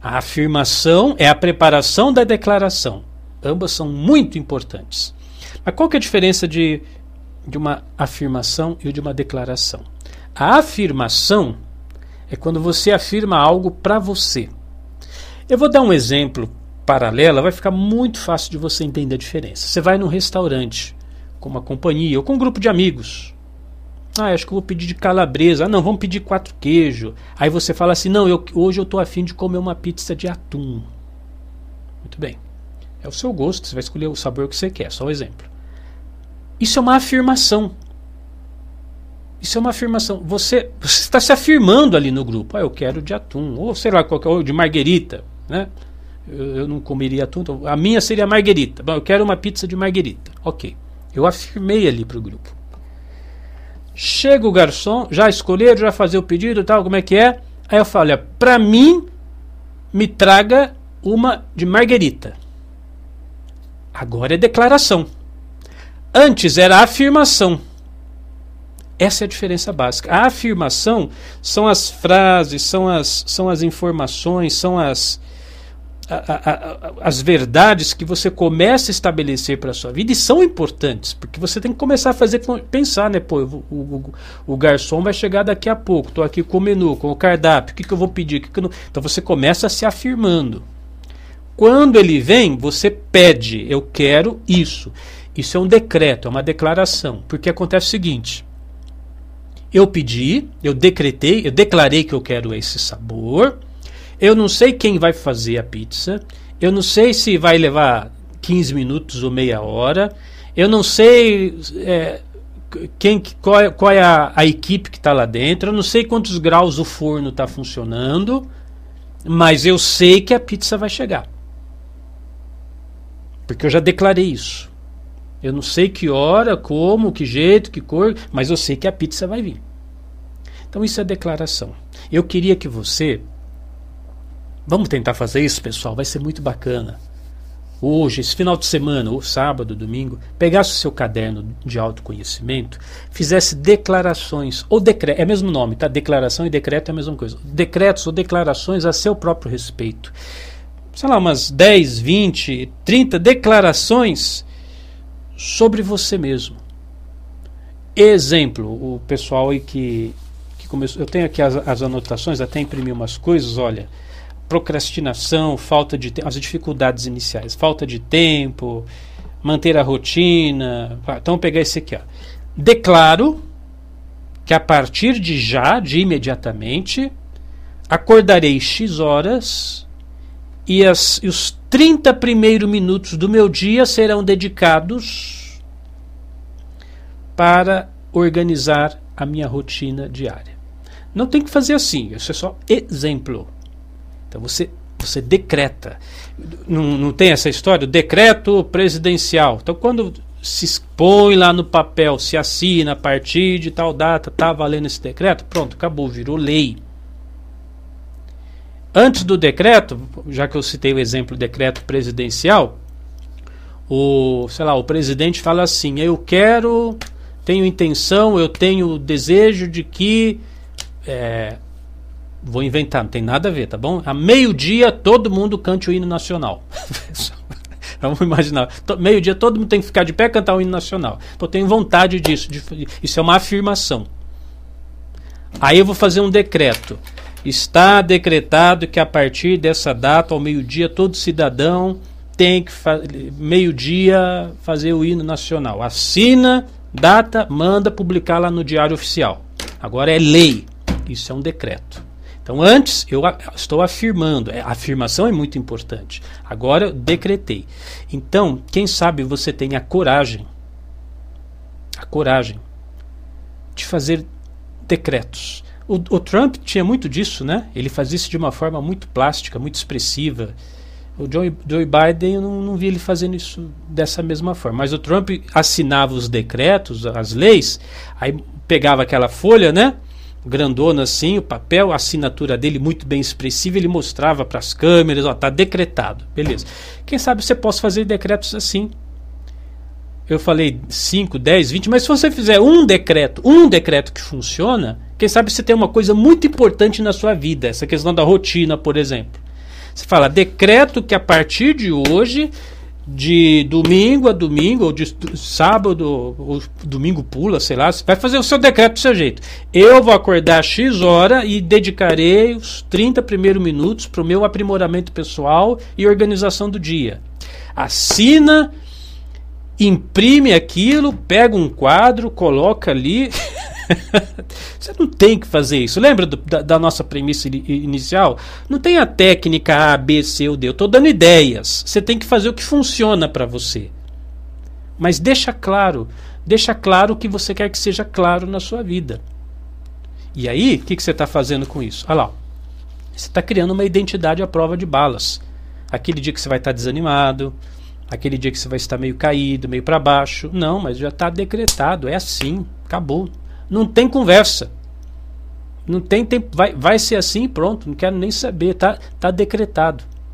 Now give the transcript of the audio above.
A afirmação é a preparação da declaração. Ambas são muito importantes. Mas qual que é a diferença de uma afirmação e de uma declaração? A afirmação é quando você afirma algo para você. Eu vou dar um exemplo paralelo, vai ficar muito fácil de você entender a diferença. Você vai num restaurante com uma companhia ou com um grupo de amigos. Acho que eu vou pedir de calabresa. Não, vamos pedir 4 queijos. Aí você fala assim, não, hoje eu estou a fim de comer uma pizza de atum. Muito bem. É o seu gosto, você vai escolher o sabor que você quer, só um exemplo. Isso é uma afirmação. Isso é uma afirmação. Você está se afirmando ali no grupo. Eu quero de atum, ou sei lá, ou de marguerita, né? Eu não comeria atum, então a minha seria marguerita. Bom, eu quero uma pizza de marguerita. Ok. Eu afirmei ali para o grupo. Chega o garçom, já escolheram, já fazer o pedido e tal, como é que é? Aí eu falo, para mim, me traga uma de marguerita. Agora é declaração. Antes era afirmação. Essa é a diferença básica. A afirmação são as frases, são as informações, são as verdades que você começa a estabelecer para a sua vida e são importantes, porque você tem que começar a pensar, né? Pô, o garçom vai chegar daqui a pouco, estou aqui com o menu, com o cardápio, o que eu vou pedir? Então você começa se afirmando. Quando ele vem, você pede, eu quero isso. Isso é um decreto, é uma declaração, porque acontece o seguinte: eu pedi, eu declarei que eu quero esse sabor. Eu não sei quem vai fazer a pizza. Eu não sei se vai levar 15 minutos ou meia hora. Eu não sei qual é a equipe que está lá dentro. Eu não sei quantos graus o forno está funcionando. Mas eu sei que a pizza vai chegar. Porque eu já declarei isso. Eu não sei que hora, como, que jeito, que cor, mas eu sei que a pizza vai vir. Então isso é declaração. Eu queria que você... Vamos tentar fazer isso, pessoal, vai ser muito bacana. Hoje, esse final de semana, ou sábado, domingo, pegasse o seu caderno de autoconhecimento, fizesse declarações, ou decreto, é o mesmo nome, tá? Declaração e decreto é a mesma coisa. Decretos ou declarações a seu próprio respeito. Sei lá, umas 10, 20, 30 declarações sobre você mesmo. Exemplo, o pessoal aí que começou, eu tenho aqui as anotações, até imprimi umas coisas, olha... Procrastinação, falta de tempo, as dificuldades iniciais, falta de tempo, manter a rotina. Então, vou pegar esse aqui. Declaro que a partir de imediatamente, acordarei X horas e os 30 primeiros minutos do meu dia serão dedicados para organizar a minha rotina diária. Não tem que fazer assim, isso é só exemplo. Então você decreta. Não tem essa história? O decreto presidencial. Então quando se expõe lá no papel, se assina a partir de tal data, está valendo esse decreto, pronto, acabou, virou lei. Antes do decreto, já que eu citei o exemplo do decreto presidencial, o presidente fala assim, tenho intenção, eu tenho desejo de que... Vou inventar, não tem nada a ver, tá bom? A meio-dia todo mundo cante o hino nacional. Vamos imaginar. Meio-dia todo mundo tem que ficar de pé e cantar o hino nacional. Eu tenho vontade disso. Isso é uma afirmação. Aí eu vou fazer um decreto. Está decretado que a partir dessa data, ao meio-dia, todo cidadão tem que, meio-dia, fazer o hino nacional. Assina, data, manda publicar lá no Diário Oficial. Agora é lei. Isso é um decreto. Então antes eu estou afirmando, a afirmação é muito importante. Agora eu decretei. Então, quem sabe você tem a coragem de fazer decretos. O Trump tinha muito disso, né? Ele fazia isso de uma forma muito plástica, muito expressiva. O Joe Biden, eu não vi ele fazendo isso dessa mesma forma. Mas o Trump assinava os decretos, as leis, aí pegava aquela folha, né? Grandona assim, o papel, a assinatura dele muito bem expressiva, ele mostrava para as câmeras, está decretado, beleza. Quem sabe você possa fazer decretos assim. Eu falei 5, 10, 20, mas se você fizer um decreto que funciona, quem sabe você tem uma coisa muito importante na sua vida, essa questão da rotina, por exemplo. Você fala, decreto que a partir de hoje, de domingo a domingo, ou de sábado, ou domingo pula, sei lá, você vai fazer o seu decreto do seu jeito. Eu vou acordar X hora e dedicarei os 30 primeiros minutos para o meu aprimoramento pessoal e organização do dia. Assina, imprime aquilo, pega um quadro, coloca ali. Você não tem que fazer isso. Lembra da nossa premissa inicial? Não tem a técnica A, B, C ou D. Eu estou dando ideias. Você tem que fazer o que funciona para você. Mas deixa claro o que você quer que seja claro na sua vida. E aí, o que você está fazendo com isso? Olha lá, você está criando uma identidade à prova de balas. Aquele dia que você vai estar desanimado, aquele dia que você vai estar meio caído, meio para baixo. Não, mas já está decretado, é assim, acabou. Não tem conversa. Não tem tempo, vai ser assim e pronto, não quero nem saber, tá decretado.